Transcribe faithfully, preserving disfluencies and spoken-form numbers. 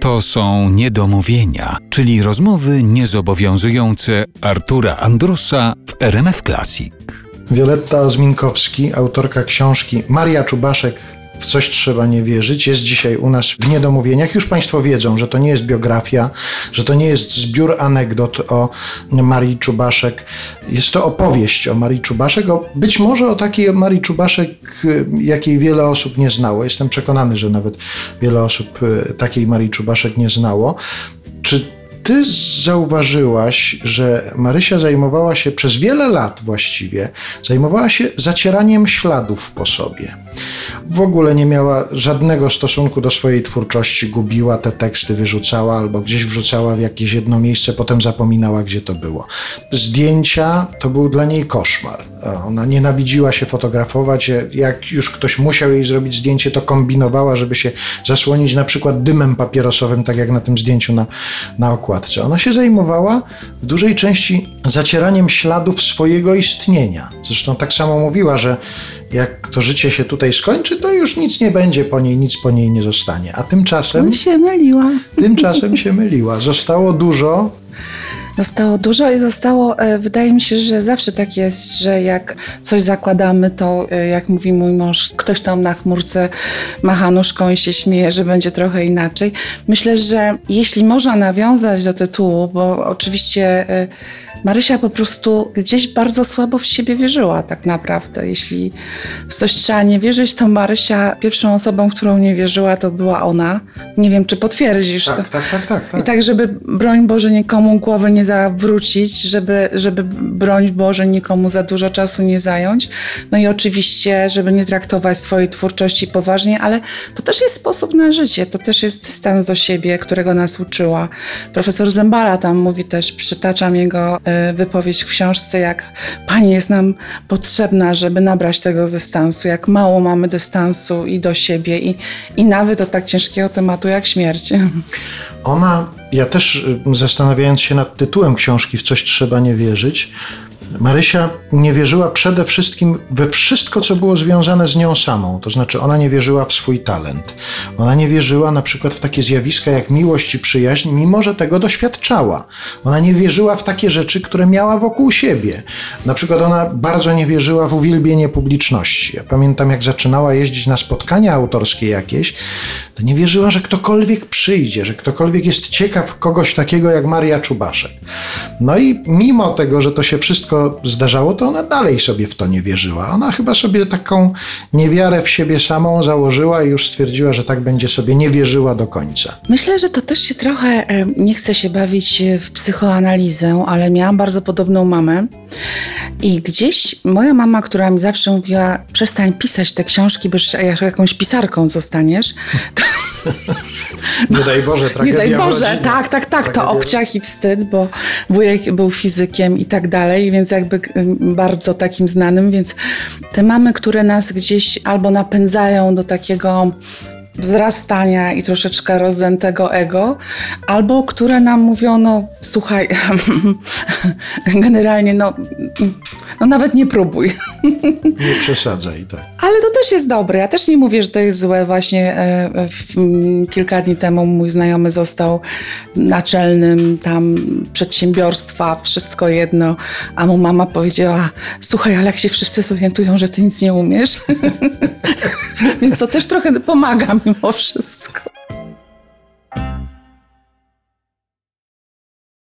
To są niedomówienia, czyli rozmowy niezobowiązujące Artura Andrusa w R M F Classic. Wioletta Ozminkowski, autorka książki Maria Czubaszek W coś trzeba nie wierzyć, jest dzisiaj u nas w Niedomówieniach. Już Państwo wiedzą, że to nie jest biografia, że to nie jest zbiór anegdot o Marii Czubaszek. Jest to opowieść o Marii Czubaszek, o, być może o takiej Marii Czubaszek, jakiej wiele osób nie znało. Jestem przekonany, że nawet wiele osób takiej Marii Czubaszek nie znało. Czy Ty zauważyłaś, że Marysia zajmowała się przez wiele lat właściwie, zajmowała się zacieraniem śladów po sobie. W ogóle nie miała żadnego stosunku do swojej twórczości, gubiła te teksty, wyrzucała albo gdzieś wrzucała w jakieś jedno miejsce, potem zapominała, gdzie to było. Zdjęcia to był dla niej koszmar. Ona nienawidziła się fotografować. Jak już ktoś musiał jej zrobić zdjęcie, to kombinowała, żeby się zasłonić na przykład dymem papierosowym, tak jak na tym zdjęciu na, na okładce. Ona się zajmowała w dużej części zacieraniem śladów swojego istnienia. Zresztą tak samo mówiła, że jak to życie się tutaj skończy, to już nic nie będzie po niej, nic po niej nie zostanie. A tymczasem... się myliła. Tymczasem się myliła. Zostało dużo... Zostało dużo i zostało, wydaje mi się, że zawsze tak jest, że jak coś zakładamy, to jak mówi mój mąż, ktoś tam na chmurce macha nóżką i się śmieje, że będzie trochę inaczej. Myślę, że jeśli można nawiązać do tytułu, bo oczywiście Marysia po prostu gdzieś bardzo słabo w siebie wierzyła tak naprawdę. Jeśli w coś trzeba nie wierzyć, to Marysia pierwszą osobą, w którą nie wierzyła, to była ona. Nie wiem, czy potwierdzisz tak, to. Tak, tak, tak, tak. I tak, żeby broń Boże nikomu głowy nie zawrócić, żeby, żeby broń Boże nikomu za dużo czasu nie zająć. No i oczywiście, żeby nie traktować swojej twórczości poważnie, ale to też jest sposób na życie, to też jest dystans do siebie, którego nas uczyła. Profesor Zembala tam mówi też, przytaczam jego wypowiedź w książce, jak Pani jest nam potrzebna, żeby nabrać tego dystansu, jak mało mamy dystansu i do siebie i, i nawet do tak ciężkiego tematu jak śmierć. Ona, ja też zastanawiając się nad tytułem książki W coś trzeba nie wierzyć, Marysia nie wierzyła przede wszystkim we wszystko, co było związane z nią samą. To znaczy ona nie wierzyła w swój talent. Ona nie wierzyła na przykład w takie zjawiska jak miłość i przyjaźń, mimo że tego doświadczała. Ona nie wierzyła w takie rzeczy, które miała wokół siebie. Na przykład ona bardzo nie wierzyła w uwielbienie publiczności. Ja pamiętam, jak zaczynała jeździć na spotkania autorskie jakieś, to nie wierzyła, że ktokolwiek przyjdzie, że ktokolwiek jest ciekaw kogoś takiego jak Maria Czubaszek. No i mimo tego, że to się wszystko zdarzało, to ona dalej sobie w to nie wierzyła. Ona chyba sobie taką niewiarę w siebie samą założyła i już stwierdziła, że tak będzie sobie nie wierzyła do końca. Myślę, że to też się trochę, nie chcę się bawić w psychoanalizę, ale miałam bardzo podobną mamę i gdzieś moja mama, która mi zawsze mówiła, przestań pisać te książki, bo jeszcze jakąś pisarką zostaniesz. To... Nie daj Boże, tragedia Nie daj Boże, w rodzinie. tak, tak, tak, Tragedia... to obciach i wstyd, bo wujek był fizykiem i tak dalej, więc jakby bardzo takim znanym, więc te mamy, które nas gdzieś albo napędzają do takiego wzrastania i troszeczkę rozdętego ego, albo które nam mówią, no słuchaj, generalnie no, no nawet nie próbuj. Nie przesadzaj, tak. Ale to też jest dobre. Ja też nie mówię, że to jest złe. Właśnie e, w, kilka dni temu mój znajomy został naczelnym tam przedsiębiorstwa, wszystko jedno, a mu mama powiedziała, słuchaj, ale jak się wszyscy zorientują, że ty nic nie umiesz, więc to też trochę pomaga mimo wszystko.